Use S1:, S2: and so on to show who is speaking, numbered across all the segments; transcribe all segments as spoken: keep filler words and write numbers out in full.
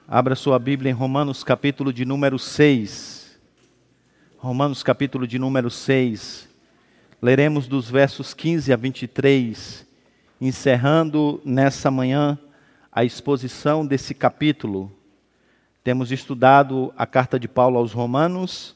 S1: Abra sua Bíblia em Romanos capítulo de número seis. Romanos capítulo de número seis. Leremos dos versos quinze a vinte e três, encerrando nessa manhã a exposição desse capítulo. Temos estudado a carta de Paulo aos Romanos.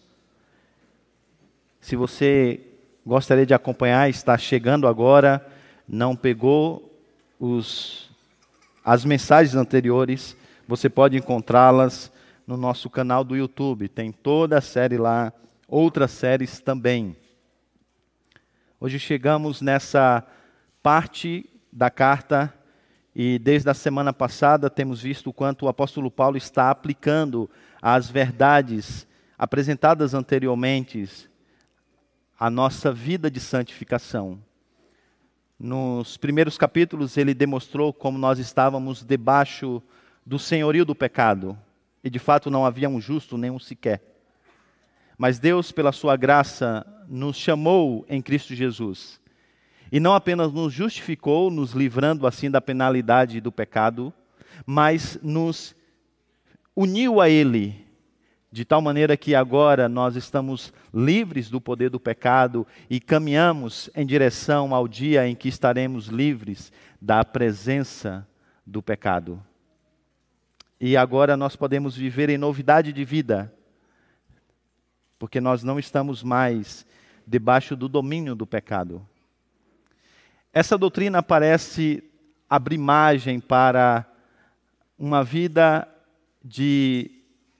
S1: Se você gostaria de acompanhar, está chegando agora, não pegou os, as mensagens anteriores, você pode encontrá-las no nosso canal do YouTube. Tem toda a série lá, outras séries também. Hoje chegamos nessa parte da carta e desde a semana passada temos visto o quanto o apóstolo Paulo está aplicando as verdades apresentadas anteriormente à nossa vida de santificação. Nos primeiros capítulos ele demonstrou como nós estávamos debaixo do senhorio do pecado, e de fato não havia um justo nenhum sequer. Mas Deus, pela sua graça, nos chamou em Cristo Jesus, e não apenas nos justificou, nos livrando assim da penalidade do pecado, mas nos uniu a Ele, de tal maneira que agora nós estamos livres do poder do pecado e caminhamos em direção ao dia em que estaremos livres da presença do pecado. E agora nós podemos viver em novidade de vida, porque nós não estamos mais debaixo do domínio do pecado. Essa doutrina parece abrir margem para uma vida de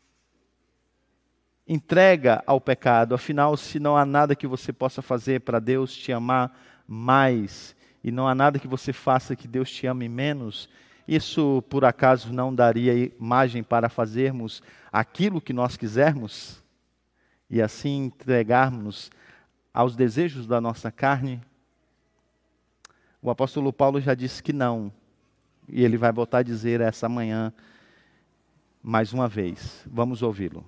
S1: entrega ao pecado. Afinal, se não há nada que você possa fazer para Deus te amar mais, e não há nada que você faça que Deus te ame menos, isso, por acaso, não daria margem para fazermos aquilo que nós quisermos? E assim entregarmos aos desejos da nossa carne? O apóstolo Paulo já disse que não. E ele vai voltar a dizer essa manhã, mais uma vez. Vamos ouvi-lo.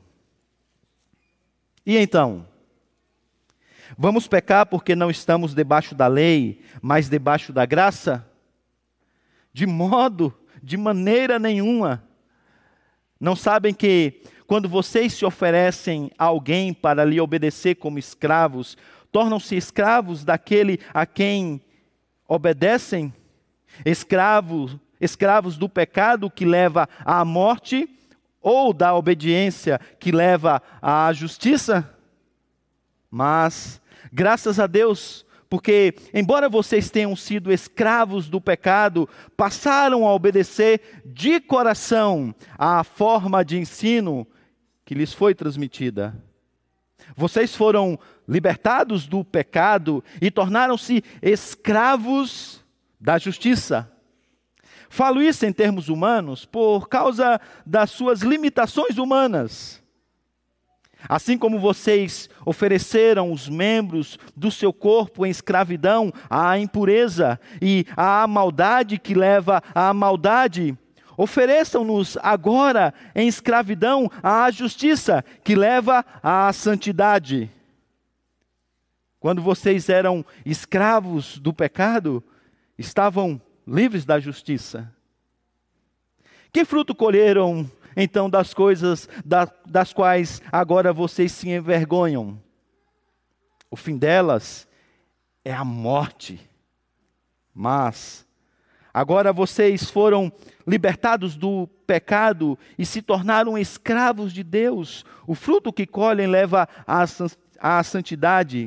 S1: E então? Vamos pecar porque não estamos debaixo da lei, mas debaixo da graça? De modo, de maneira nenhuma. Não sabem que quando vocês se oferecem a alguém para lhe obedecer como escravos, tornam-se escravos daquele a quem obedecem? Escravos, escravos do pecado que leva à morte ou da obediência que leva à justiça? Mas, graças a Deus, porque, embora vocês tenham sido escravos do pecado, passaram a obedecer de coração à forma de ensino que lhes foi transmitida. Vocês foram libertados do pecado e tornaram-se escravos da justiça. Falo isso em termos humanos por causa das suas limitações humanas. Assim como vocês ofereceram os membros do seu corpo em escravidão à impureza e à maldade que leva à maldade, ofereçam-nos agora em escravidão à justiça que leva à santidade. Quando vocês eram escravos do pecado, estavam livres da justiça. Que fruto colheram então das coisas da, das quais agora vocês se envergonham? O fim delas é a morte. Mas agora vocês foram libertados do pecado e se tornaram escravos de Deus. O fruto que colhem leva à, à santidade.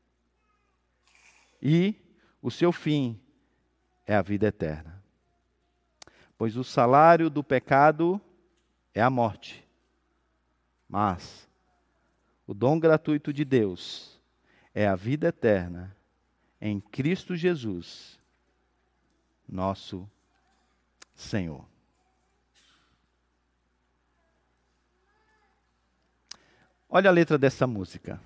S1: E o seu fim é a vida eterna. Pois o salário do pecado é a morte, mas o dom gratuito de Deus é a vida eterna em Cristo Jesus, nosso Senhor. Olha a letra dessa música.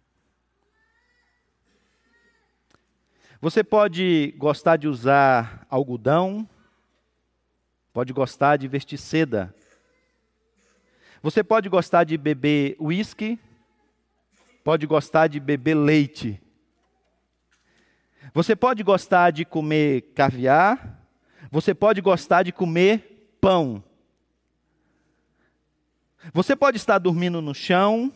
S1: Você pode gostar de usar algodão, pode gostar de vestir seda. Você pode gostar de beber uísque, pode gostar de beber leite. Você pode gostar de comer caviar, você pode gostar de comer pão. Você pode estar dormindo no chão,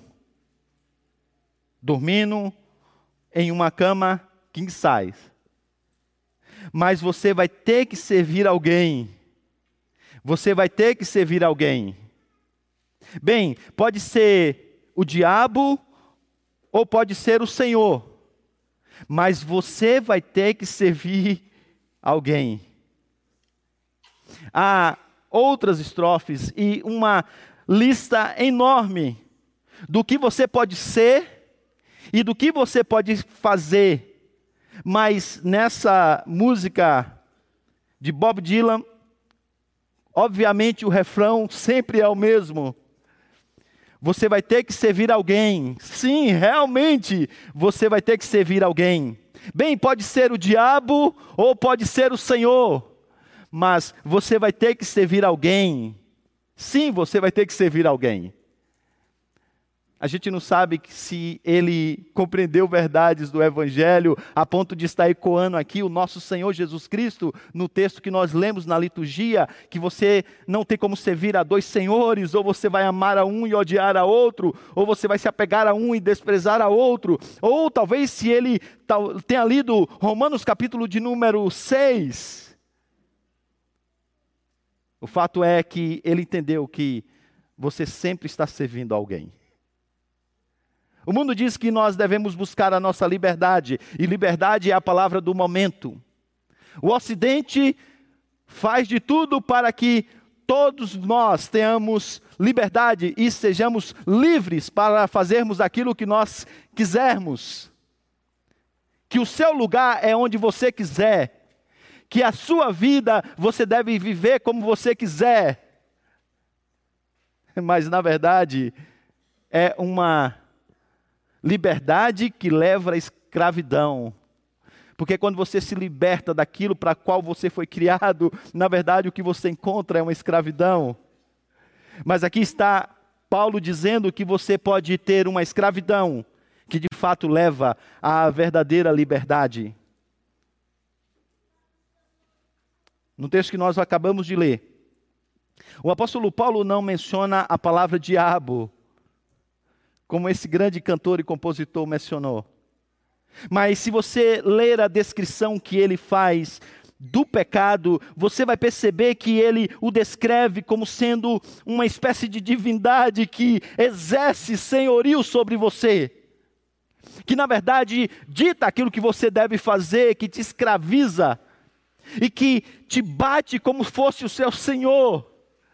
S1: dormindo em uma cama king size, mas você vai ter que servir alguém. Você vai ter que servir alguém. Bem, pode ser o diabo ou pode ser o Senhor, mas você vai ter que servir alguém. Há outras estrofes e uma lista enorme do que você pode ser e do que você pode fazer. Mas nessa música de Bob Dylan, obviamente o refrão sempre é o mesmo. Você vai ter que servir alguém. Sim, realmente você vai ter que servir alguém. Bem, pode ser o diabo ou pode ser o Senhor, mas você vai ter que servir alguém. Sim, você vai ter que servir alguém. A gente não sabe se ele compreendeu verdades do Evangelho a ponto de estar ecoando aqui o nosso Senhor Jesus Cristo no texto que nós lemos na liturgia, que você não tem como servir a dois senhores, ou você vai amar a um e odiar a outro, ou você vai se apegar a um e desprezar a outro, ou talvez se ele tenha lido Romanos capítulo de número seis. O fato é que ele entendeu que você sempre está servindo alguém. O mundo diz que nós devemos buscar a nossa liberdade, e liberdade é a palavra do momento. O Ocidente faz de tudo para que todos nós tenhamos liberdade e sejamos livres para fazermos aquilo que nós quisermos. Que o seu lugar é onde você quiser. Que a sua vida você deve viver como você quiser. Mas na verdade é uma liberdade que leva à escravidão. Porque quando você se liberta daquilo para qual você foi criado, na verdade o que você encontra é uma escravidão. Mas aqui está Paulo dizendo que você pode ter uma escravidão que de fato leva à verdadeira liberdade. No texto que nós acabamos de ler, o apóstolo Paulo não menciona a palavra diabo, como esse grande cantor e compositor mencionou. Mas se você ler a descrição que ele faz do pecado, você vai perceber que ele o descreve como sendo uma espécie de divindade que exerce senhorio sobre você. Que na verdade dita aquilo que você deve fazer, que te escraviza e que te bate como fosse o seu senhor.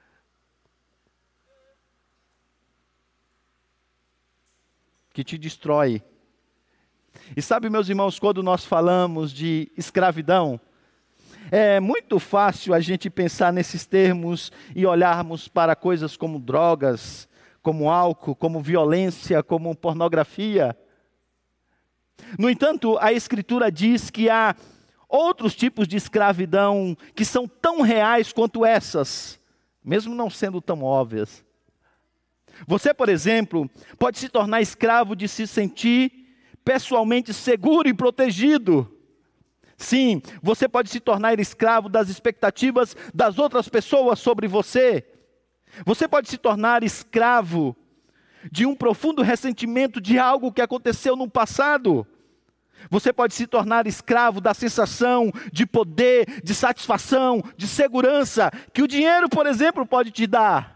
S1: Que te destrói. E sabe, meus irmãos, quando nós falamos de escravidão, é muito fácil a gente pensar nesses termos e olharmos para coisas como drogas, como álcool, como violência, como pornografia. No entanto, a Escritura diz que há outros tipos de escravidão que são tão reais quanto essas, mesmo não sendo tão óbvias. Você, por exemplo, pode se tornar escravo de se sentir pessoalmente seguro e protegido. Sim, você pode se tornar escravo das expectativas das outras pessoas sobre você. Você pode se tornar escravo de um profundo ressentimento de algo que aconteceu no passado. Você pode se tornar escravo da sensação de poder, de satisfação, de segurança, que o dinheiro, por exemplo, pode te dar.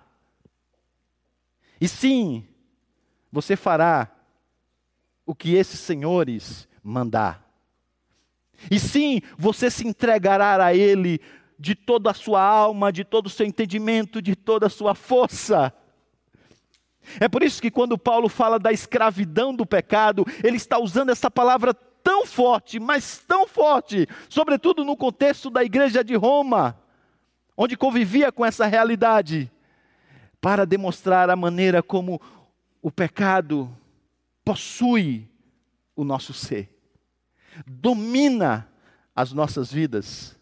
S1: E sim, você fará o que esses senhores mandar. E sim, você se entregará a Ele de toda a sua alma, de todo o seu entendimento, de toda a sua força. É por isso que quando Paulo fala da escravidão do pecado, ele está usando essa palavra tão forte, mas tão forte, sobretudo no contexto da igreja de Roma, onde convivia com essa realidade, para demonstrar a maneira como o pecado possui o nosso ser, domina as nossas vidas.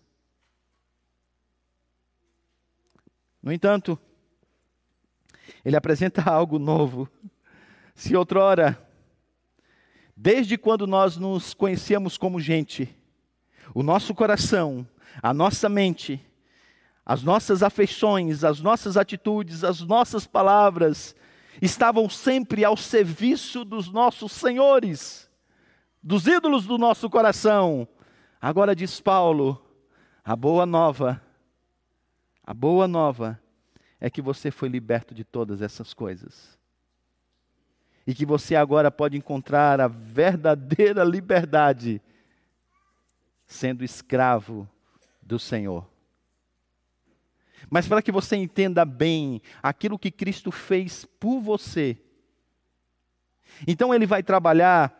S1: No entanto, ele apresenta algo novo. Se outrora, desde quando nós nos conhecíamos como gente, o nosso coração, a nossa mente, As nossas afeições, as nossas atitudes, as nossas palavras estavam sempre ao serviço dos nossos senhores, dos ídolos do nosso coração. Agora diz Paulo, a boa nova, a boa nova é que você foi liberto de todas essas coisas. E que você agora pode encontrar a verdadeira liberdade sendo escravo do Senhor. Mas para que você entenda bem aquilo que Cristo fez por você, então ele vai trabalhar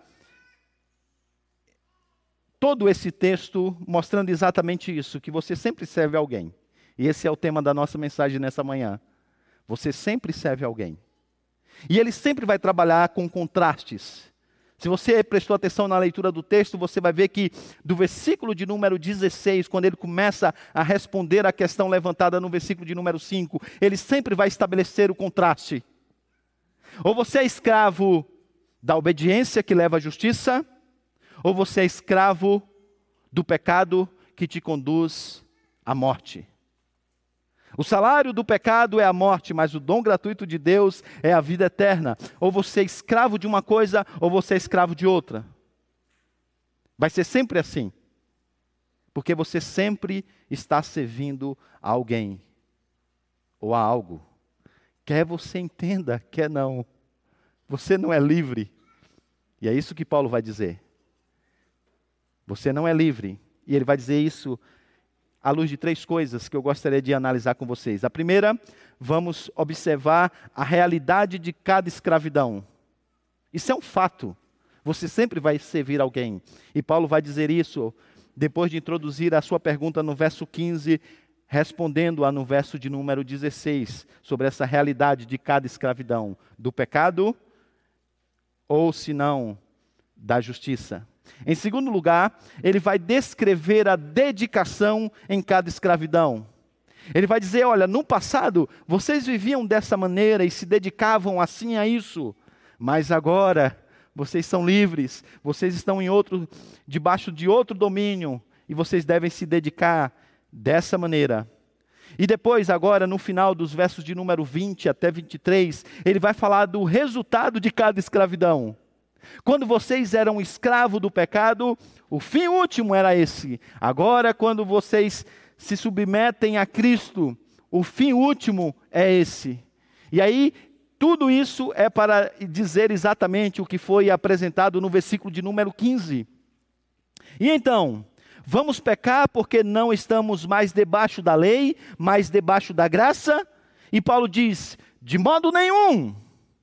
S1: todo esse texto mostrando exatamente isso, que você sempre serve alguém. E esse é o tema da nossa mensagem nessa manhã. Você sempre serve alguém. E ele sempre vai trabalhar com contrastes. Se você prestou atenção na leitura do texto, você vai ver que do versículo de número dezesseis, quando ele começa a responder a questão levantada no versículo de número cinco, ele sempre vai estabelecer o contraste. Ou você é escravo da obediência que leva à justiça, ou você é escravo do pecado que te conduz à morte. O salário do pecado é a morte, mas o dom gratuito de Deus é a vida eterna. Ou você é escravo de uma coisa, ou você é escravo de outra. Vai ser sempre assim. Porque você sempre está servindo a alguém. Ou a algo. Quer você entenda, quer não. Você não é livre. E é isso que Paulo vai dizer. Você não é livre. E ele vai dizer isso à luz de três coisas que eu gostaria de analisar com vocês. A primeira, vamos observar a realidade de cada escravidão. Isso é um fato. Você sempre vai servir alguém. E Paulo vai dizer isso depois de introduzir a sua pergunta no verso quinze, respondendo-a no verso de número dezesseis, sobre essa realidade de cada escravidão, do pecado ou, se não, da justiça. Em segundo lugar, ele vai descrever a dedicação em cada escravidão. Ele vai dizer, olha, no passado, vocês viviam dessa maneira e se dedicavam assim a isso, mas agora, vocês são livres, vocês estão em outro, debaixo de outro domínio, e vocês devem se dedicar dessa maneira. E depois, agora, no final dos versos de número vinte até vinte e três, ele vai falar do resultado de cada escravidão. Quando vocês eram escravos do pecado, o fim último era esse. Agora, quando vocês se submetem a Cristo, o fim último é esse. E aí, tudo isso é para dizer exatamente o que foi apresentado no versículo de número quinze. E então, vamos pecar porque não estamos mais debaixo da lei, mas debaixo da graça? E Paulo diz, de modo nenhum.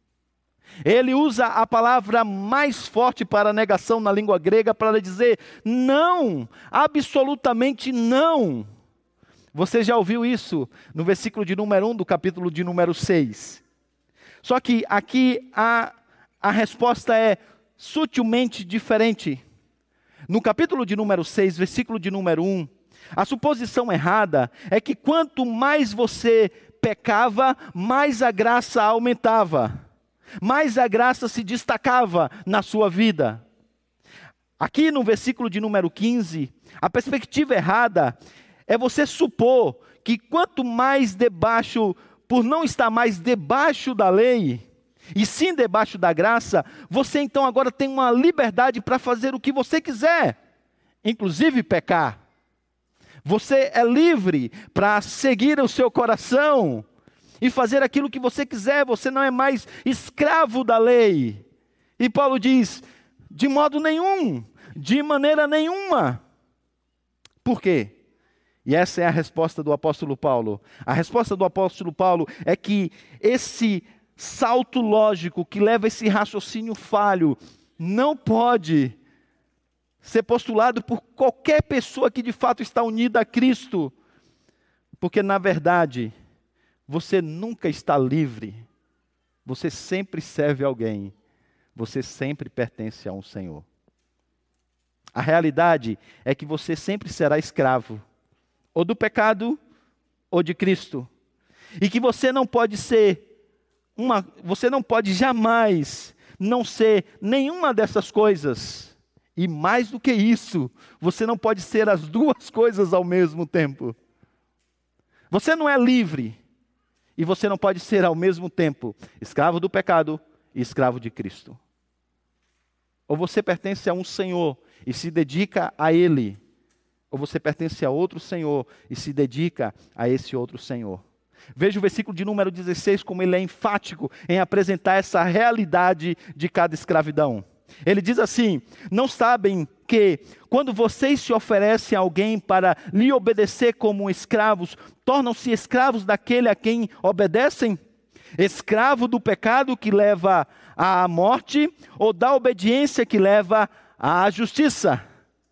S1: Ele usa a palavra mais forte para a negação na língua grega para dizer não, absolutamente não. Você já ouviu isso no versículo de número um do capítulo de número seis. Só que aqui a, a resposta é sutilmente diferente. No capítulo de número seis, versículo de número um, a suposição errada é que quanto mais você pecava, mais a graça aumentava. Mais a graça se destacava na sua vida. Aqui no versículo de número quinze, a perspectiva errada é você supor que quanto mais debaixo, por não estar mais debaixo da lei, e sim debaixo da graça, você então agora tem uma liberdade para fazer o que você quiser, inclusive pecar. Você é livre para seguir o seu coração e fazer aquilo que você quiser, você não é mais escravo da lei. E Paulo diz, de modo nenhum, de maneira nenhuma. Por quê? E essa é a resposta do apóstolo Paulo. A resposta do apóstolo Paulo é que esse salto lógico que leva esse raciocínio falho não pode ser postulado por qualquer pessoa que de fato está unida a Cristo. Porque na verdade, você nunca está livre, você sempre serve alguém, você sempre pertence a um Senhor. A realidade é que você sempre será escravo, ou do pecado, ou de Cristo. E que você não pode ser, uma, você não pode jamais não ser nenhuma dessas coisas. E mais do que isso, você não pode ser as duas coisas ao mesmo tempo. Você não é livre. E você não pode ser ao mesmo tempo escravo do pecado e escravo de Cristo. Ou você pertence a um Senhor e se dedica a Ele, ou você pertence a outro Senhor e se dedica a esse outro Senhor. Veja o versículo de número dezesseis, como ele é enfático em apresentar essa realidade de cada escravidão. Ele diz assim: não sabem que, quando vocês se oferecem a alguém para lhe obedecer como escravos, tornam-se escravos daquele a quem obedecem? Escravo do pecado que leva à morte, ou da obediência que leva à justiça?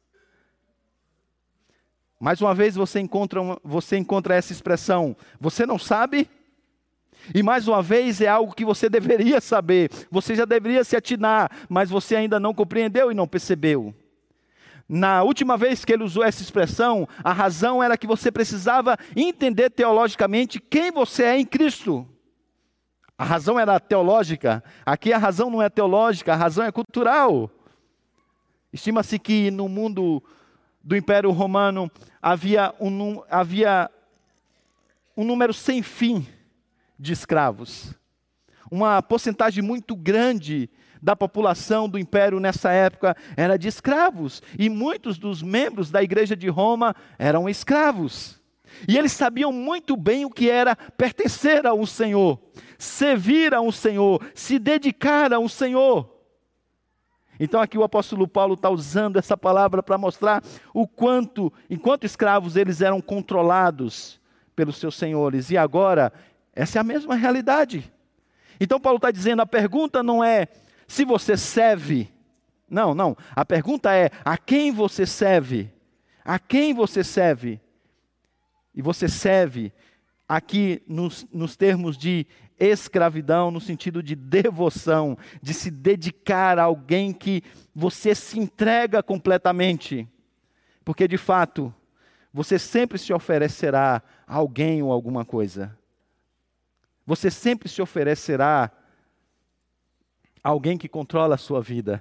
S1: Mais uma vez você encontra, você encontra essa expressão, você não sabe? E mais uma vez é algo que você deveria saber, você já deveria se atinar, mas você ainda não compreendeu e não percebeu. Na última vez que ele usou essa expressão, a razão era que você precisava entender teologicamente quem você é em Cristo. A razão era teológica, aqui a razão não é teológica, a razão é cultural. Estima-se que no mundo do Império Romano havia um, havia um número sem fim de escravos. Uma porcentagem muito grande da população do Império nessa época era de escravos. E muitos dos membros da Igreja de Roma eram escravos. E eles sabiam muito bem o que era pertencer a um Senhor, servir a um Senhor, se dedicar a um Senhor. Então aqui o apóstolo Paulo está usando essa palavra para mostrar o quanto, enquanto escravos, eles eram controlados pelos seus senhores. E agora, essa é a mesma realidade. Então Paulo está dizendo, a pergunta não é se você serve. Não, não. A pergunta é a quem você serve. A quem você serve. E você serve aqui nos, nos termos de escravidão, no sentido de devoção, de se dedicar a alguém que você se entrega completamente. Porque de fato, você sempre se oferecerá a alguém ou alguma coisa. Você sempre se oferecerá a alguém que controla a sua vida.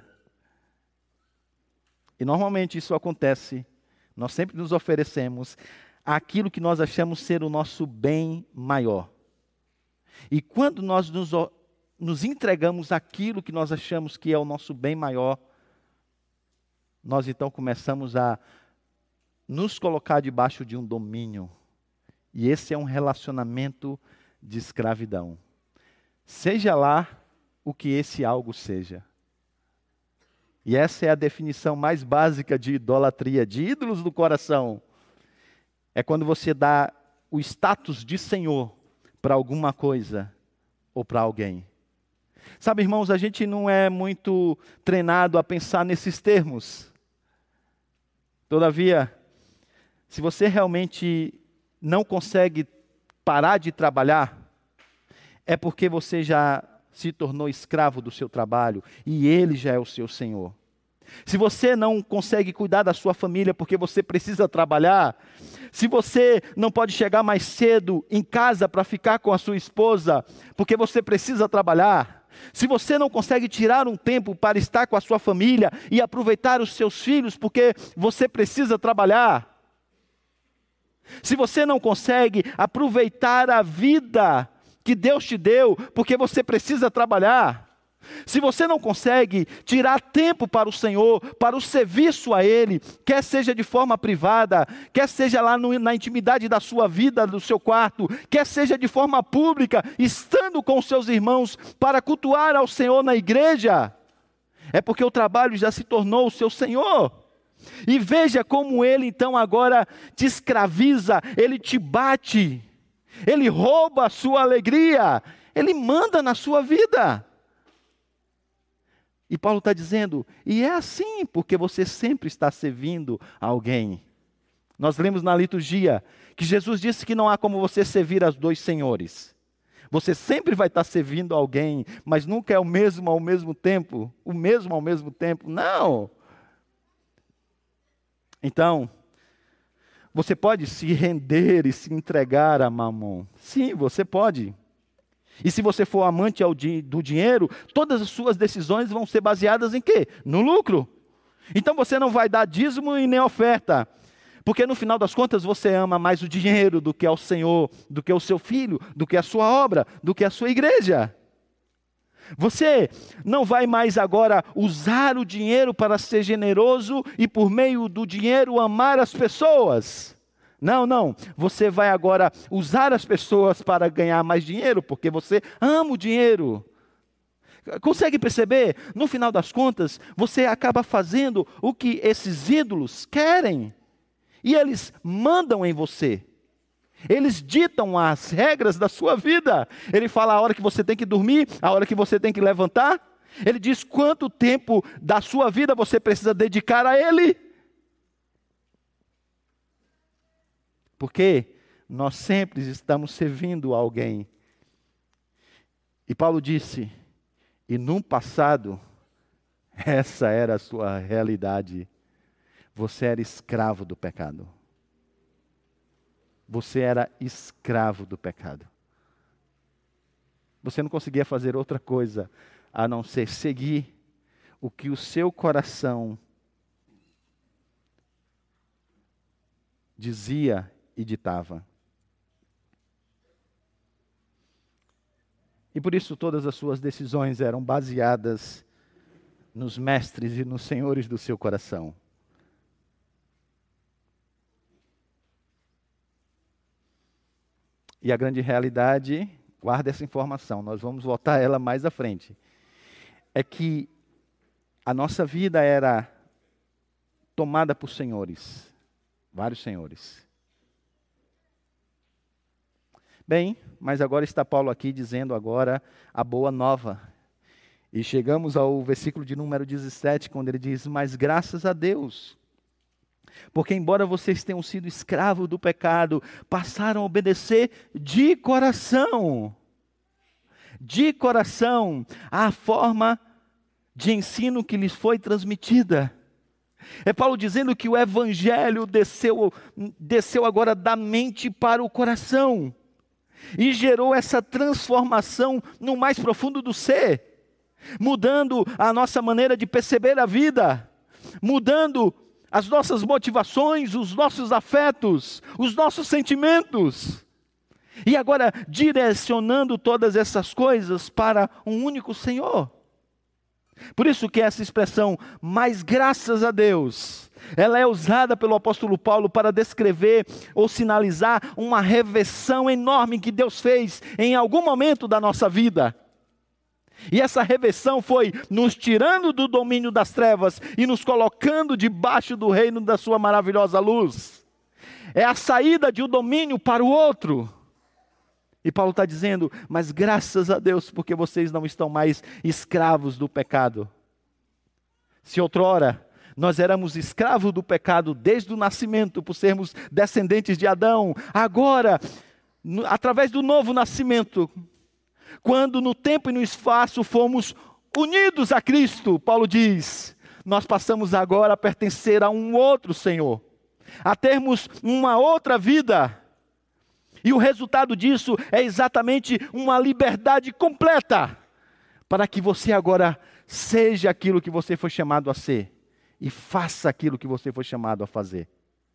S1: E normalmente isso acontece. Nós sempre nos oferecemos àquilo que nós achamos ser o nosso bem maior. E quando nós nos, nos entregamos àquilo que nós achamos que é o nosso bem maior, nós então começamos a nos colocar debaixo de um domínio. E esse é um relacionamento de escravidão. Seja lá o que esse algo seja. E essa é a definição mais básica de idolatria, de ídolos do coração. É quando você dá o status de Senhor para alguma coisa ou para alguém. Sabe, irmãos, a gente não é muito treinado a pensar nesses termos. Todavia, se você realmente não consegue parar de trabalhar, é porque você já se tornou escravo do seu trabalho e ele já é o seu Senhor. Se você não consegue cuidar da sua família porque você precisa trabalhar, se você não pode chegar mais cedo em casa para ficar com a sua esposa porque você precisa trabalhar, se você não consegue tirar um tempo para estar com a sua família e aproveitar os seus filhos porque você precisa trabalhar, se você não consegue aproveitar a vida que Deus te deu porque você precisa trabalhar, se você não consegue tirar tempo para o Senhor, para o serviço a Ele, quer seja de forma privada, quer seja lá no, na intimidade da sua vida, do seu quarto, quer seja de forma pública, estando com os seus irmãos para cultuar ao Senhor na igreja, é porque o trabalho já se tornou o seu Senhor. E veja como Ele então agora te escraviza, Ele te bate, Ele rouba a sua alegria, Ele manda na sua vida. E Paulo está dizendo, e é assim, porque você sempre está servindo a alguém. Nós lemos na liturgia que Jesus disse que não há como você servir aos dois senhores. Você sempre vai estar servindo a alguém, mas nunca é o mesmo ao mesmo tempo. O mesmo ao mesmo tempo, não. Então, você pode se render e se entregar a Mamon. Sim, você pode. E se você for amante ao di- do dinheiro, todas as suas decisões vão ser baseadas em quê? No lucro. Então você não vai dar dízimo e nem oferta, Porque no final das contas você ama mais o dinheiro do que ao Senhor, do que o seu filho, do que a sua obra, do que a sua igreja. Você não vai mais agora usar o dinheiro para ser generoso e por meio do dinheiro amar as pessoas. Não, não. Você vai agora usar as pessoas para ganhar mais dinheiro, porque você ama o dinheiro. Consegue perceber? No final das contas, você acaba fazendo o que esses ídolos querem. E eles mandam em você. Eles ditam as regras da sua vida. Ele fala a hora que você tem que dormir, a hora que você tem que levantar. Ele diz quanto tempo da sua vida você precisa dedicar a Ele. Porque nós sempre estamos servindo a alguém. E Paulo disse, e no passado, essa era a sua realidade. Você era escravo do pecado. Você era escravo do pecado. Você não conseguia fazer outra coisa a não ser seguir o que o seu coração dizia e ditava. E por isso todas as suas decisões eram baseadas nos mestres e nos senhores do seu coração. E a grande realidade, guarda essa informação, nós vamos voltar a ela mais à frente, é que a nossa vida era tomada por senhores, vários senhores. Bem, mas agora está Paulo aqui dizendo agora a boa nova. E chegamos ao versículo de número dezessete, quando ele diz, mas graças a Deus, porque embora vocês tenham sido escravos do pecado, passaram a obedecer de coração, de coração, à forma de ensino que lhes foi transmitida. É Paulo dizendo que o evangelho desceu, desceu agora da mente para o coração, e gerou essa transformação no mais profundo do ser, mudando a nossa maneira de perceber a vida, mudando as nossas motivações, os nossos afetos, os nossos sentimentos. E agora direcionando todas essas coisas para um único Senhor. Por isso que essa expressão, mas graças a Deus, ela é usada pelo apóstolo Paulo para descrever ou sinalizar uma reversão enorme que Deus fez em algum momento da nossa vida. E essa reversão foi nos tirando do domínio das trevas e nos colocando debaixo do reino da sua maravilhosa luz. É a saída de um domínio para o outro. E Paulo está dizendo, mas graças a Deus, porque vocês não estão mais escravos do pecado. Se outrora nós éramos escravos do pecado desde o nascimento, por sermos descendentes de Adão, agora, no, através do novo nascimento, quando no tempo e no espaço fomos unidos a Cristo, Paulo diz, nós passamos agora a pertencer a um outro Senhor, a termos uma outra vida. E o resultado disso é exatamente uma liberdade completa, para que você agora seja aquilo que você foi chamado a ser, e faça aquilo que você foi chamado a fazer.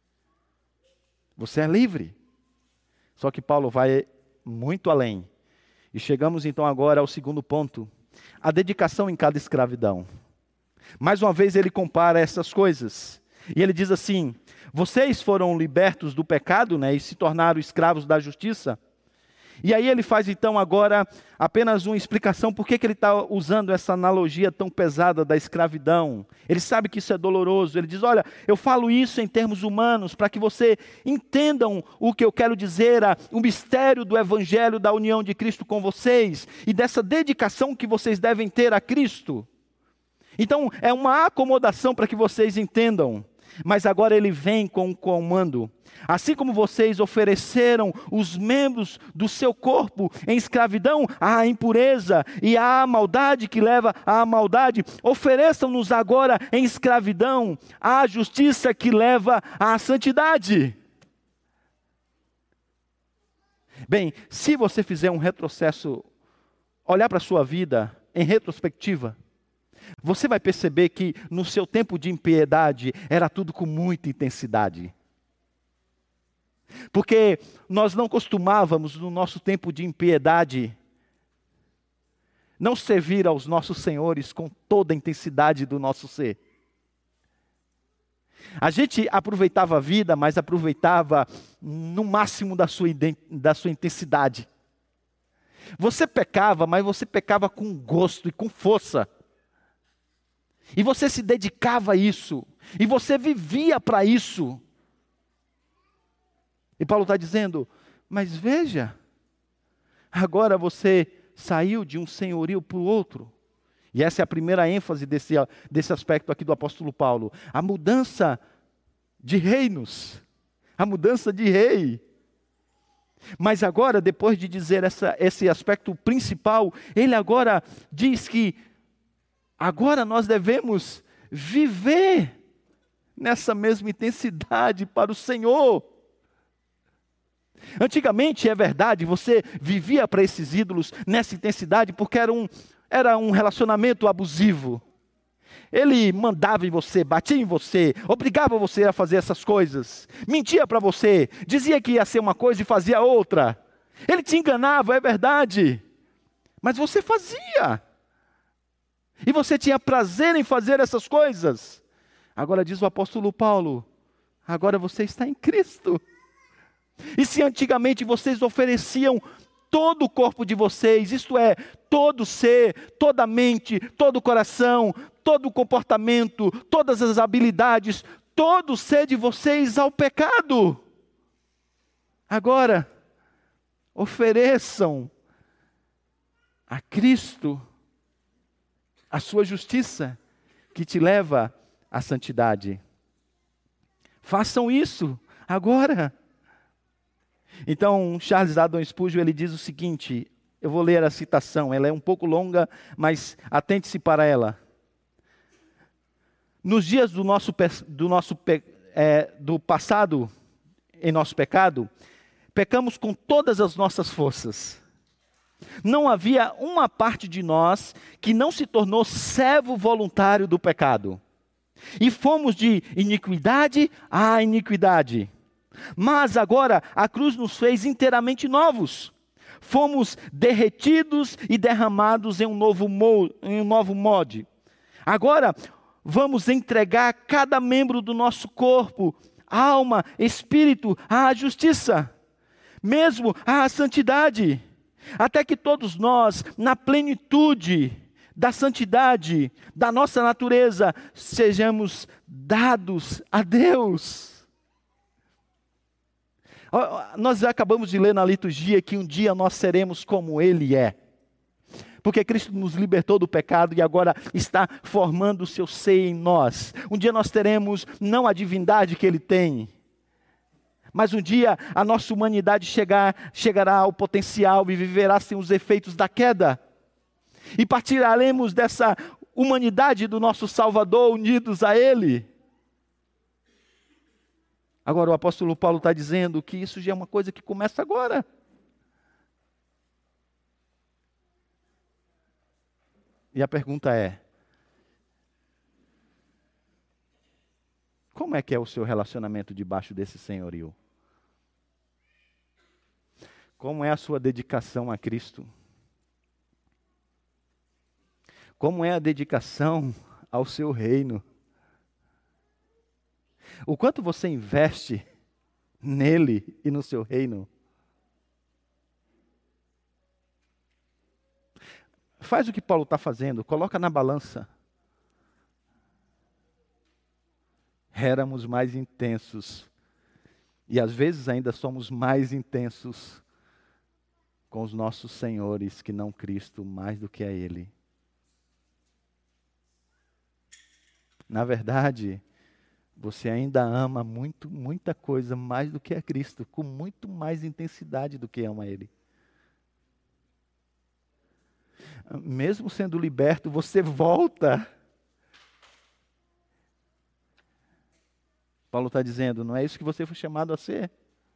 S1: Você é livre. Só que Paulo vai muito além. E chegamos então agora ao segundo ponto, a dedicação em cada escravidão. Mais uma vez ele compara essas coisas, e ele diz assim, vocês foram libertos do pecado, né, e se tornaram escravos da justiça. E aí ele faz então agora apenas uma explicação por que ele está usando essa analogia tão pesada da escravidão. Ele sabe que isso é doloroso, ele diz, olha, eu falo isso em termos humanos, para que você entendam o que eu quero dizer, a, o mistério do evangelho da união de Cristo com vocês, e dessa dedicação que vocês devem ter a Cristo. Então é uma acomodação para que vocês entendam. Mas agora ele vem com um comando. Assim como vocês ofereceram os membros do seu corpo em escravidão à impureza e à maldade que leva à maldade, ofereçam-nos agora em escravidão à justiça que leva à santidade. Bem, se você fizer um retrocesso, olhar para a sua vida em retrospectiva, você vai perceber que no seu tempo de impiedade era tudo com muita intensidade. Porque nós não costumávamos, no nosso tempo de impiedade, não servir aos nossos senhores com toda a intensidade do nosso ser. A gente aproveitava a vida, mas aproveitava no máximo da sua, da sua intensidade. Você pecava, mas você pecava com gosto e com força. E você se dedicava a isso. E você vivia para isso. E Paulo está dizendo, mas veja, agora você saiu de um senhorio para o outro. E essa é a primeira ênfase desse, desse aspecto aqui do apóstolo Paulo. A mudança de reinos. A mudança de rei. Mas agora, depois de dizer essa, esse aspecto principal, ele agora diz que agora nós devemos viver nessa mesma intensidade para o Senhor. Antigamente, é verdade, você vivia para esses ídolos nessa intensidade porque era um, era um relacionamento abusivo. Ele mandava em você, batia em você, obrigava você a fazer essas coisas, mentia para você, dizia que ia ser uma coisa e fazia outra. Ele te enganava, é verdade, mas você fazia. E você tinha prazer em fazer essas coisas. Agora diz o apóstolo Paulo, agora você está em Cristo. E se antigamente vocês ofereciam todo o corpo de vocês, isto é, todo o ser, toda a mente, todo o coração, todo o comportamento, todas as habilidades, todo o ser de vocês ao pecado. Agora, ofereçam a Cristo a sua justiça, que te leva à santidade. Façam isso agora. Então, Charles Haddon Spurgeon, ele diz o seguinte, eu vou ler a citação, ela é um pouco longa, mas atente-se para ela. Nos dias do nosso, do nosso é, do passado, em nosso pecado, pecamos com todas as nossas forças. Não havia uma parte de nós que não se tornou servo voluntário do pecado. E fomos de iniquidade a iniquidade. Mas agora a cruz nos fez inteiramente novos. Fomos derretidos e derramados em um novo, mo- em um novo molde. Agora vamos entregar cada membro do nosso corpo, alma, espírito, à justiça, mesmo à santidade, até que todos nós, na plenitude da santidade da nossa natureza, sejamos dados a Deus. Nós acabamos de ler na liturgia que um dia nós seremos como Ele é. Porque Cristo nos libertou do pecado e agora está formando o seu ser em nós. Um dia nós teremos não a divindade que Ele tem, mas um dia a nossa humanidade chegar, chegará ao potencial e viverá sem os efeitos da queda. E partilharemos dessa humanidade do nosso Salvador unidos a Ele. Agora o apóstolo Paulo está dizendo que isso já é uma coisa que começa agora. E a pergunta é, como é que é o seu relacionamento debaixo desse senhorio? Como é a sua dedicação a Cristo? Como é a dedicação ao seu reino? O quanto você investe nele e no seu reino? Faz o que Paulo está fazendo, coloca na balança. Éramos mais intensos, e às vezes ainda somos mais intensos com os nossos senhores que não Cristo, mais do que a Ele. Na verdade, você ainda ama muito, muita coisa mais do que a Cristo, com muito mais intensidade do que ama Ele. Mesmo sendo liberto, você volta. Paulo está dizendo, não é isso que você foi chamado a ser?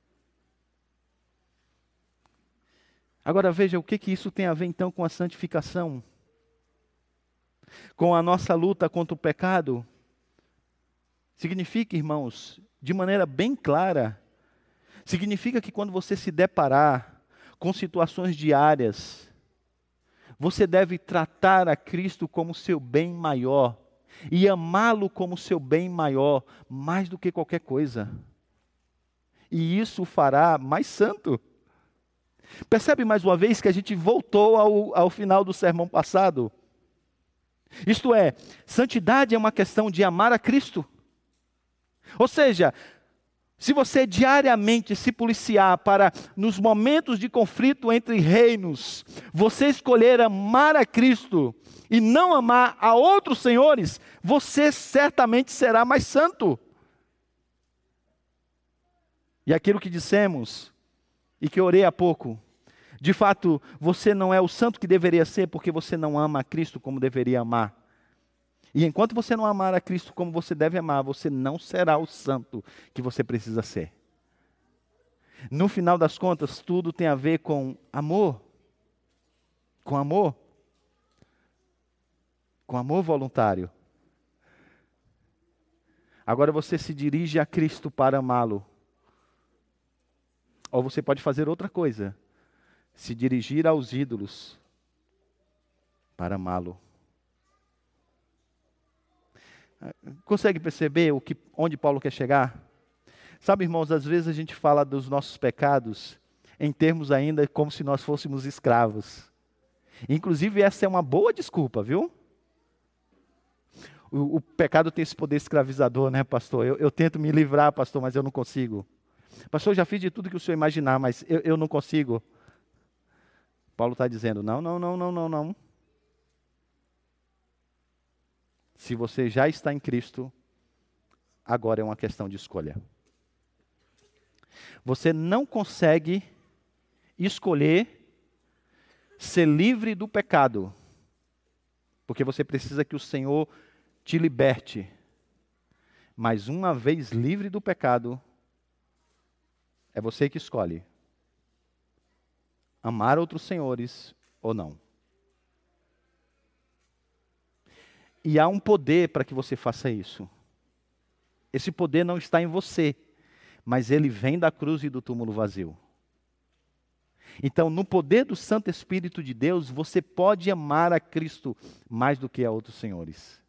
S1: Agora veja, o que, que isso tem a ver então com a santificação? Com a nossa luta contra o pecado? Significa, irmãos, de maneira bem clara, Significa que quando você se deparar com situações diárias, você deve tratar a Cristo como seu bem maior e amá-lo como seu bem maior, mais do que qualquer coisa. E isso o fará mais santo. Percebe mais uma vez que a gente voltou ao, ao final do sermão passado? Isto é, santidade é uma questão de amar a Cristo. Ou seja, se você diariamente se policiar para, nos momentos de conflito entre reinos, você escolher amar a Cristo e não amar a outros senhores, você certamente será mais santo. E aquilo que dissemos, e que orei há pouco, de fato, você não é o santo que deveria ser, porque você não ama a Cristo como deveria amar. E enquanto você não amar a Cristo como você deve amar, você não será o santo que você precisa ser. No final das contas, tudo tem a ver com amor. Com amor. Com amor voluntário. Agora você se dirige a Cristo para amá-lo. Ou você pode fazer outra coisa. Se dirigir aos ídolos para amá-lo. Consegue perceber o que, onde Paulo quer chegar? Sabe, irmãos, às vezes a gente fala dos nossos pecados em termos ainda como se nós fôssemos escravos. Inclusive, essa é uma boa desculpa, viu? O, o pecado tem esse poder escravizador, né, pastor? Eu, eu tento me livrar, pastor, mas eu não consigo. Pastor, eu já fiz de tudo que o senhor imaginar, mas eu, eu não consigo. Paulo está dizendo, não, não, não, não, não, não. Se você já está em Cristo, agora é uma questão de escolha. Você não consegue escolher ser livre do pecado, porque você precisa que o Senhor te liberte. Mas uma vez livre do pecado, é você que escolhe amar outros senhores ou não. E há um poder para que você faça isso. Esse poder não está em você, mas ele vem da cruz e do túmulo vazio. Então, no poder do Santo Espírito de Deus, você pode amar a Cristo mais do que a outros senhores.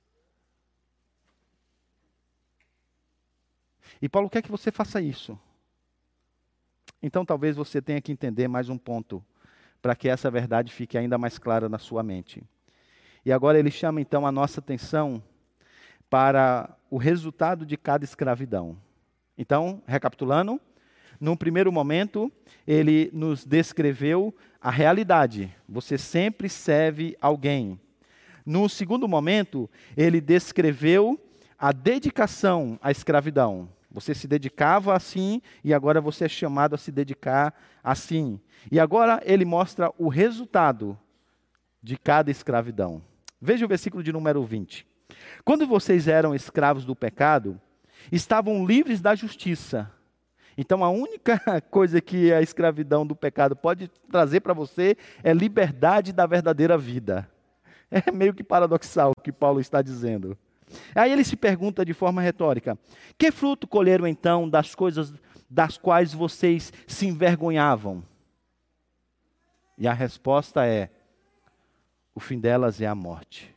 S1: E Paulo quer que você faça isso. Então, talvez você tenha que entender mais um ponto, para que essa verdade fique ainda mais clara na sua mente. E agora ele chama então a nossa atenção para o resultado de cada escravidão. Então, recapitulando, num primeiro momento, ele nos descreveu a realidade. Você sempre serve alguém. No segundo momento, ele descreveu a dedicação à escravidão. Você se dedicava assim e agora você é chamado a se dedicar assim. E agora ele mostra o resultado de cada escravidão. Veja o versículo de número vinte. Quando vocês eram escravos do pecado, estavam livres da justiça. Então a única coisa que a escravidão do pecado pode trazer para você é liberdade da verdadeira vida. É meio que paradoxal o que Paulo está dizendo. Aí ele se pergunta de forma retórica: que fruto colheram então das coisas das quais vocês se envergonhavam? E a resposta é: o fim delas é a morte.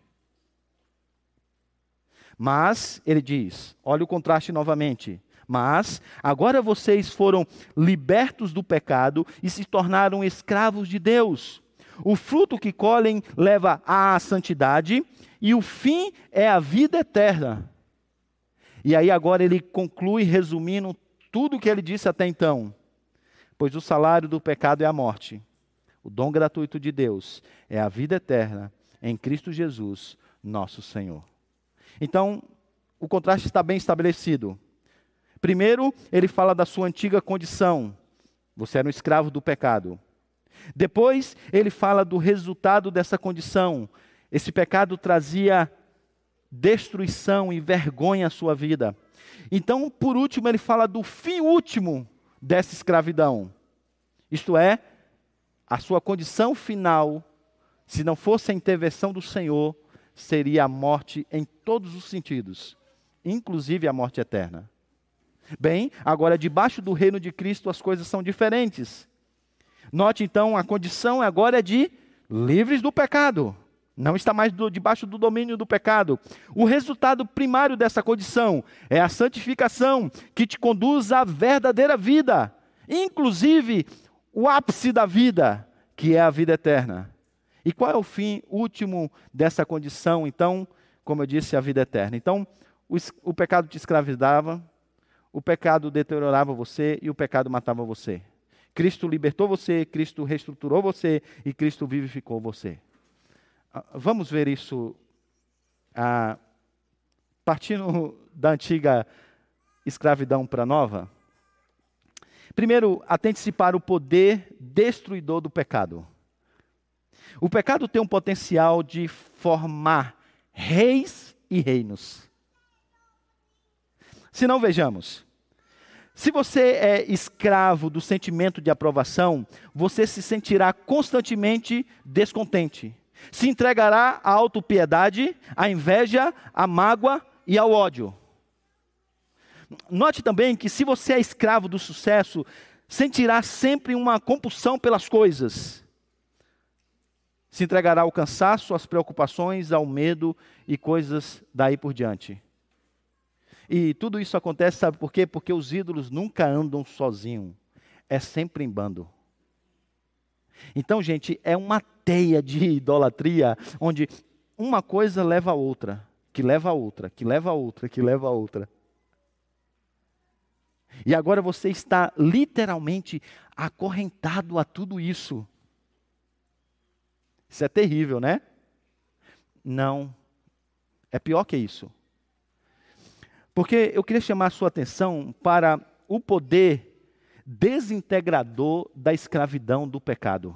S1: Mas, ele diz, olha o contraste novamente. Mas, agora vocês foram libertos do pecado e se tornaram escravos de Deus. O fruto que colhem leva à santidade e o fim é a vida eterna. E aí agora ele conclui resumindo tudo o que ele disse até então. Pois o salário do pecado é a morte. O dom gratuito de Deus é a vida eterna em Cristo Jesus, nosso Senhor. Então, o contraste está bem estabelecido. Primeiro, ele fala da sua antiga condição. Você era um escravo do pecado. Depois, ele fala do resultado dessa condição. Esse pecado trazia destruição e vergonha à sua vida. Então, por último, ele fala do fim último dessa escravidão. Isto é, a sua condição final, se não fosse a intervenção do Senhor, seria a morte em todos os sentidos, inclusive a morte eterna. Bem, agora debaixo do reino de Cristo as coisas são diferentes. Note então, a condição agora é de livres do pecado. Não está mais do, debaixo do domínio do pecado. O resultado primário dessa condição é a santificação que te conduz à verdadeira vida. Inclusive, o ápice da vida, que é a vida eterna. E qual é o fim último dessa condição? Então, como eu disse, a vida eterna. Então, o, o pecado te escravizava, o pecado deteriorava você e o pecado matava você. Cristo libertou você, Cristo reestruturou você e Cristo vivificou você. Vamos ver isso ah, partindo da antiga escravidão para a nova? Primeiro, atente-se para o poder destruidor do pecado. O pecado tem um potencial de formar reis e reinos. Se não, vejamos. Se você é escravo do sentimento de aprovação, você se sentirá constantemente descontente. Se entregará à autopiedade, à inveja, à mágoa e ao ódio. Note também que se você é escravo do sucesso, sentirá sempre uma compulsão pelas coisas. Se entregará ao cansaço, às preocupações, ao medo e coisas daí por diante. E tudo isso acontece, sabe por quê? Porque os ídolos nunca andam sozinhos. É sempre em bando. Então, gente, é uma teia de idolatria, onde uma coisa leva a outra, que leva a outra, que leva a outra, que leva a outra. E agora você está literalmente acorrentado a tudo isso. Isso é terrível, né? Não. É pior que isso. Porque eu queria chamar a sua atenção para o poder desintegrador da escravidão do pecado.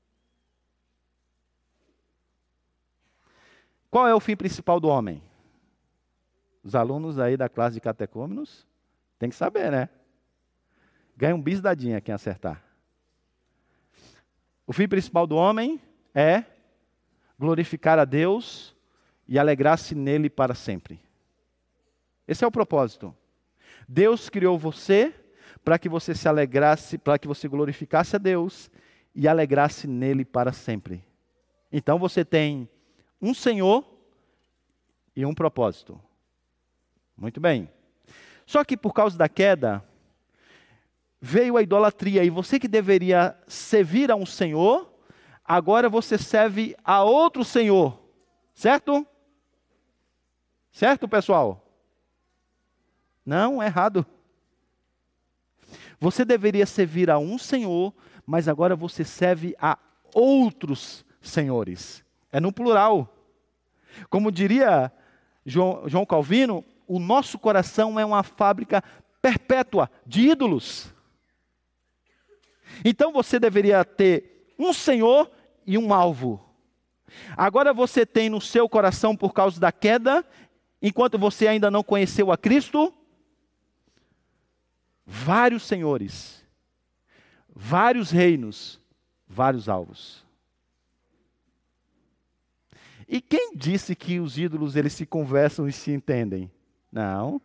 S1: Qual é o fim principal do homem? Os alunos aí da classe de catecúmenos tem que saber, né? Ganha um bis dadinha quem acertar. O fim principal do homem é glorificar a Deus e alegrar-se nele para sempre. Esse é o propósito. Deus criou você para que você se alegrasse, para que você glorificasse a Deus e alegrasse nele para sempre. Então você tem um Senhor e um propósito. Muito bem. Só que por causa da queda, veio a idolatria, e você que deveria servir a um Senhor, agora você serve a outro Senhor. Certo? Certo, pessoal? Não, é errado. Você deveria servir a um Senhor, mas agora você serve a outros senhores. É no plural. Como diria João, João Calvino, o nosso coração é uma fábrica perpétua de ídolos. Então você deveria ter um Senhor e um alvo. Agora você tem no seu coração, por causa da queda, enquanto você ainda não conheceu a Cristo, vários senhores, vários reinos, vários alvos. E quem disse que os ídolos eles se conversam e se entendem? Não.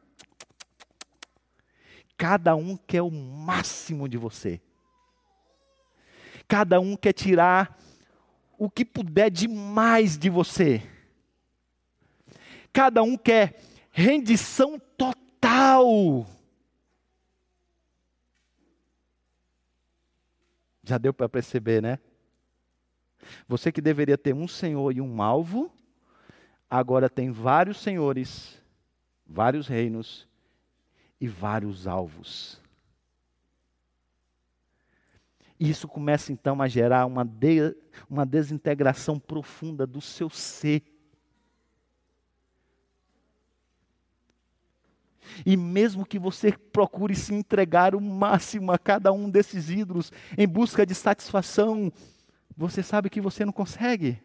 S1: Cada um quer o máximo de você. Cada um quer tirar o que puder de mais de você. Cada um quer rendição total. Já deu para perceber, né? Você que deveria ter um senhor e um alvo, agora tem vários senhores, vários reinos e vários alvos. Isso começa então a gerar uma, de, uma desintegração profunda do seu ser. E mesmo que você procure se entregar o máximo a cada um desses ídolos, em busca de satisfação, você sabe que você não consegue.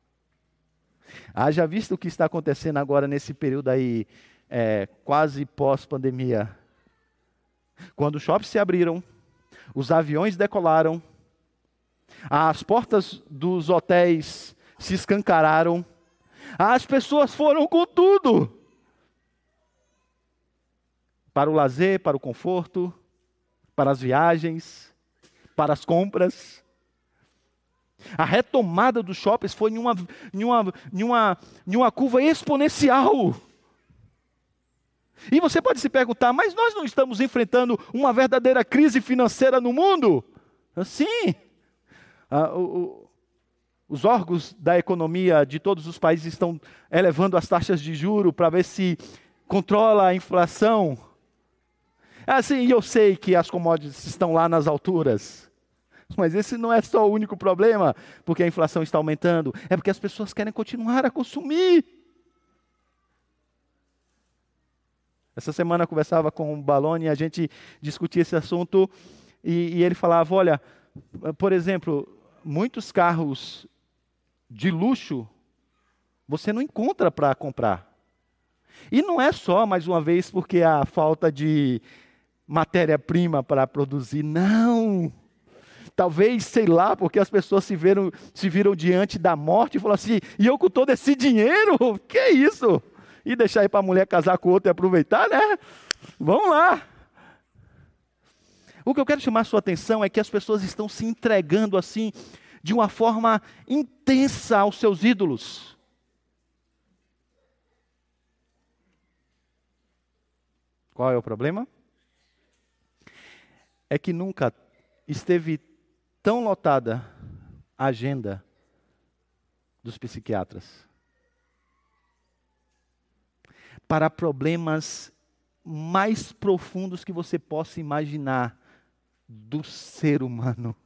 S1: Haja visto o que está acontecendo agora nesse período aí, é, quase pós-pandemia. Quando os shoppings se abriram, os aviões decolaram, as portas dos hotéis se escancararam, as pessoas foram com tudo. para o lazer, para o conforto, para as viagens, para as compras. A retomada dos shoppings foi em uma, em uma, em uma, em uma curva exponencial. E você pode se perguntar, mas nós não estamos enfrentando uma verdadeira crise financeira no mundo? Sim. Ah, o, o, os órgãos da economia de todos os países estão elevando as taxas de juros para ver se controla a inflação. Assim, eu sei que as commodities estão lá nas alturas. Mas esse não é só o único problema, porque a inflação está aumentando. É porque as pessoas querem continuar a consumir. Essa semana eu conversava com o Baloni e a gente discutia esse assunto. E, e ele falava, olha, por exemplo, muitos carros de luxo você não encontra para comprar. E não é só, mais uma vez, porque há falta de matéria-prima para produzir. Não! Talvez, sei lá, porque as pessoas se viram, se viram diante da morte e falaram assim, e eu com todo esse dinheiro? Que é isso? E deixar aí para a mulher casar com o outro e aproveitar, né? Vamos lá! O que eu quero chamar a sua atenção é que as pessoas estão se entregando assim, de uma forma intensa aos seus ídolos. Qual é o problema? É que nunca esteve tão lotada a agenda dos psiquiatras para problemas mais profundos que você possa imaginar do ser humano.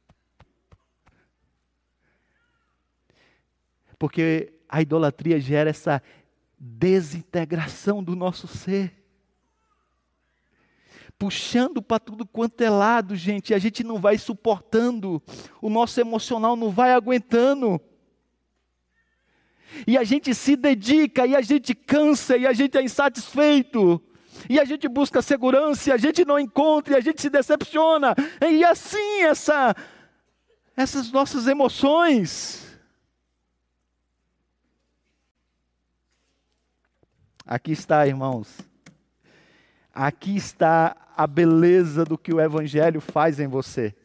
S1: Porque a idolatria gera essa desintegração do nosso ser. Puxando para tudo quanto é lado, gente, e a gente não vai suportando, o nosso emocional não vai aguentando. E a gente se dedica, e a gente cansa, e a gente é insatisfeito. E a gente busca segurança, e a gente não encontra, e a gente se decepciona. E assim, essa, essas nossas emoções. Aqui está, irmãos. Aqui está a beleza do que o Evangelho faz em você.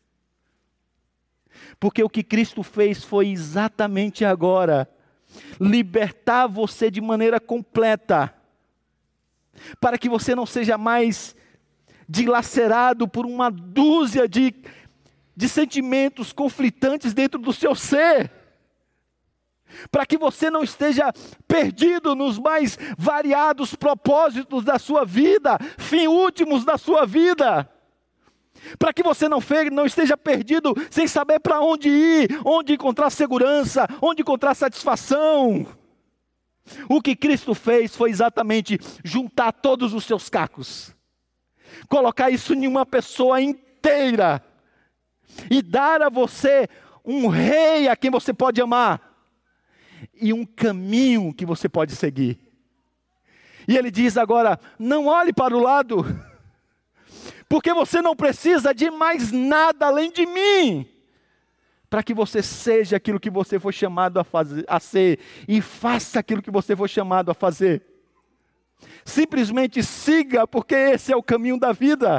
S1: Porque o que Cristo fez foi exatamente agora libertar você de maneira completa, para que você não seja mais dilacerado por uma dúzia de, de sentimentos conflitantes dentro do seu ser. Para que você não esteja perdido nos mais variados propósitos da sua vida, fim últimos da sua vida. Para que você não, fe- não esteja perdido sem saber para onde ir, onde encontrar segurança, onde encontrar satisfação. O que Cristo fez foi exatamente juntar todos os seus cacos, colocar isso em uma pessoa inteira e dar a você um rei a quem você pode amar. E um caminho que você pode seguir. E ele diz agora, não olhe para o lado, porque você não precisa de mais nada além de mim, para que você seja aquilo que você foi chamado a, fazer, a ser, e faça aquilo que você foi chamado a fazer. Simplesmente siga, porque esse é o caminho da vida.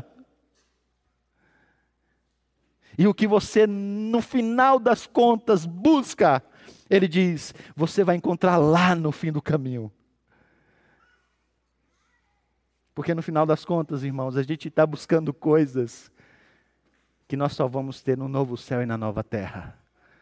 S1: E o que você, no final das contas, busca, ele diz, você vai encontrar lá no fim do caminho. Porque no final das contas, irmãos, a gente está buscando coisas que nós só vamos ter no novo céu e na nova terra.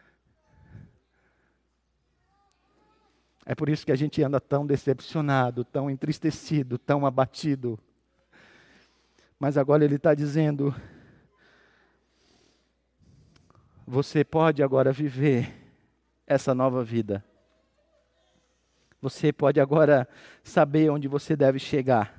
S1: É por isso que a gente anda tão decepcionado, tão entristecido, tão abatido. Mas agora ele está dizendo, você pode agora viver essa nova vida. Você pode agora saber onde você deve chegar.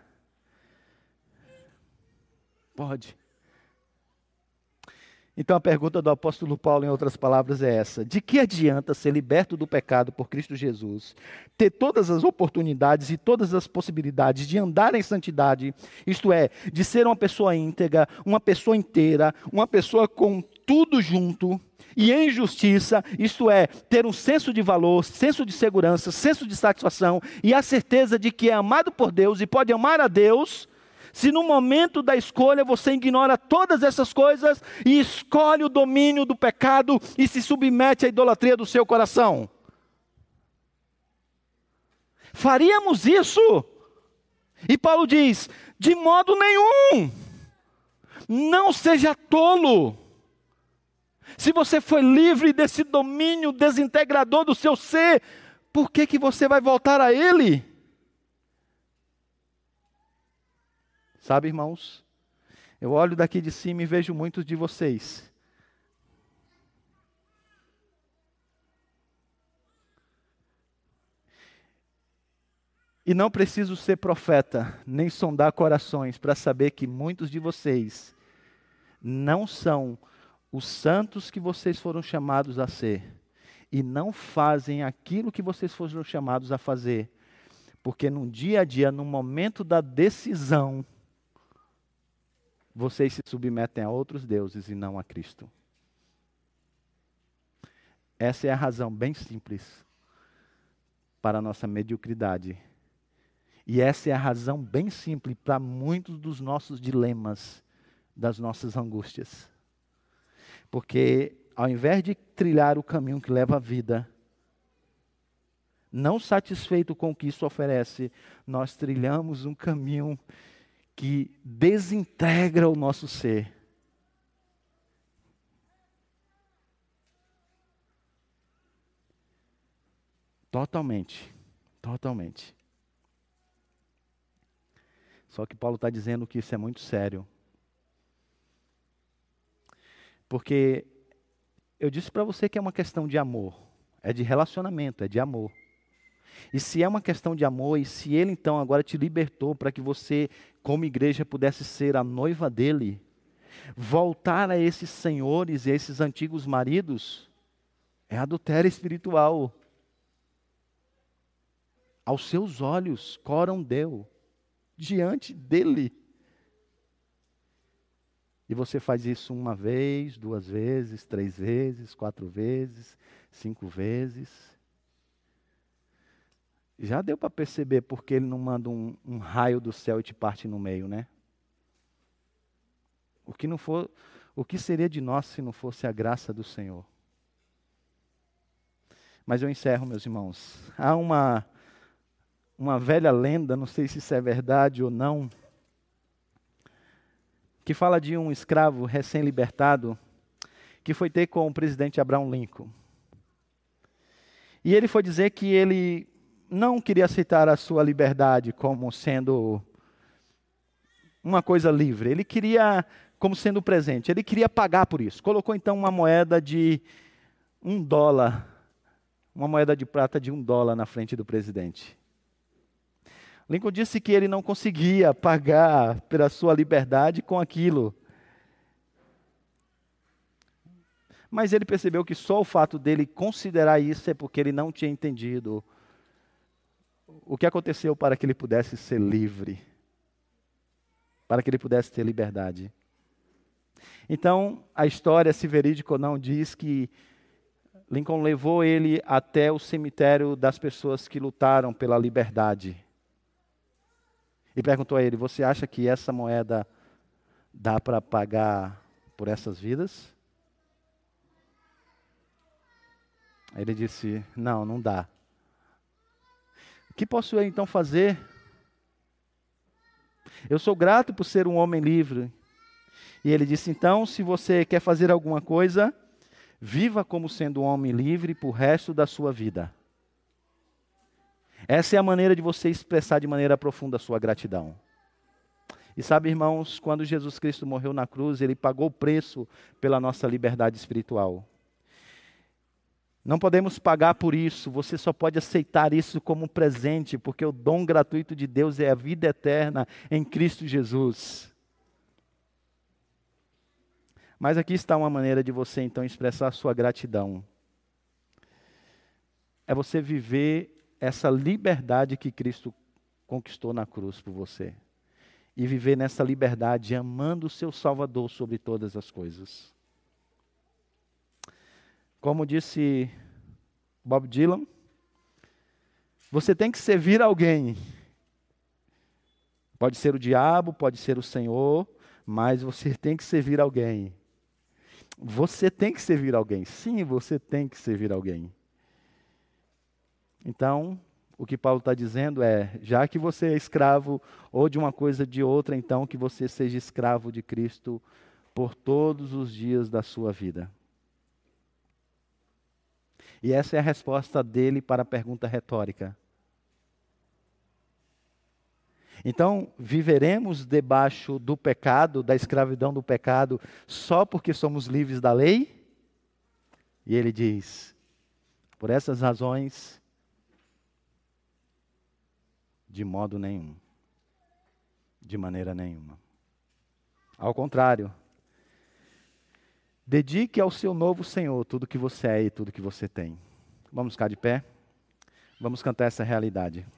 S1: Pode. Então a pergunta do apóstolo Paulo, em outras palavras, é essa: de que adianta ser liberto do pecado por Cristo Jesus, ter todas as oportunidades e todas as possibilidades de andar em santidade, isto é, de ser uma pessoa íntegra, uma pessoa inteira, uma pessoa com tudo junto, e em justiça, isto é, ter um senso de valor, senso de segurança, senso de satisfação, e a certeza de que é amado por Deus e pode amar a Deus, Se no momento da escolha você ignora todas essas coisas e escolhe o domínio do pecado e se submete à idolatria do seu coração? Faríamos isso? E Paulo diz: de modo nenhum. Não seja tolo. Se você foi livre desse domínio desintegrador do seu ser, por que que você vai voltar a ele? Sabe, irmãos, eu olho daqui de cima e vejo muitos de vocês e não preciso ser profeta, nem sondar corações para saber que muitos de vocês não são os santos que vocês foram chamados a ser, e não fazem aquilo que vocês foram chamados a fazer, porque no dia a dia, no momento da decisão, vocês se submetem a outros deuses e não a Cristo. Essa é a razão bem simples para a nossa mediocridade. E essa é a razão bem simples para muitos dos nossos dilemas, das nossas angústias. Porque ao invés de trilhar o caminho que leva à vida, não satisfeito com o que isso oferece, nós trilhamos um caminho que desintegra o nosso ser. Totalmente, totalmente. Só que Paulo está dizendo que isso é muito sério. Porque eu disse para você que é uma questão de amor, é de relacionamento, é de amor. E se é uma questão de amor, e se Ele então agora te libertou para que você, como igreja, pudesse ser a noiva dEle, voltar a esses senhores e a esses antigos maridos, é adultério espiritual. Aos seus olhos, Corão deu, diante dEle. E você faz isso uma vez, duas vezes, três vezes, quatro vezes, cinco vezes. Já deu para perceber porque Ele não manda um, um raio do céu e te parte no meio, né? O que não for, o que seria de nós se não fosse a graça do Senhor? Mas eu encerro, meus irmãos. Há uma, uma velha lenda, não sei se isso é verdade ou não, que fala de um escravo recém-libertado que foi ter com o presidente Abraham Lincoln. E ele foi dizer que ele não queria aceitar a sua liberdade como sendo uma coisa livre. Ele queria como sendo presente. Ele queria pagar por isso. Colocou então uma moeda de um dólar, uma moeda de prata de um dólar na frente do presidente. Lincoln disse que ele não conseguia pagar pela sua liberdade com aquilo. Mas ele percebeu que só o fato dele considerar isso é porque ele não tinha entendido o que aconteceu para que ele pudesse ser livre, para que ele pudesse ter liberdade. Então, a história, se verídica ou não, diz que Lincoln levou ele até o cemitério das pessoas que lutaram pela liberdade. E perguntou a ele: você acha que essa moeda dá para pagar por essas vidas? Ele disse: não, não dá. O que posso eu então fazer? Eu sou grato por ser um homem livre. E ele disse: então, se você quer fazer alguma coisa, viva como sendo um homem livre por resto da sua vida. Essa é a maneira de você expressar de maneira profunda a sua gratidão. E sabe, irmãos, quando Jesus Cristo morreu na cruz, Ele pagou o preço pela nossa liberdade espiritual. Não podemos pagar por isso, você só pode aceitar isso como um presente, porque o dom gratuito de Deus é a vida eterna em Cristo Jesus. Mas aqui está uma maneira de você então expressar a sua gratidão. É você viver essa liberdade que Cristo conquistou na cruz por você. E viver nessa liberdade amando o seu Salvador sobre todas as coisas. Como disse Bob Dylan, você tem que servir alguém Pode ser o diabo, pode ser o Senhor, mas você tem que servir alguém. Você tem que servir alguém. Sim, você tem que servir alguém. Então, o que Paulo está dizendo é, já que você é escravo ou de uma coisa ou de outra, então que você seja escravo de Cristo por todos os dias da sua vida. E essa é a resposta dele para a pergunta retórica. Então, viveremos debaixo do pecado, da escravidão do pecado, só porque somos livres da lei? E ele diz, por essas razões, de modo nenhum. De maneira nenhuma. Ao contrário, dedique ao seu novo Senhor tudo que você é e tudo que você tem. Vamos ficar de pé? Vamos cantar essa realidade.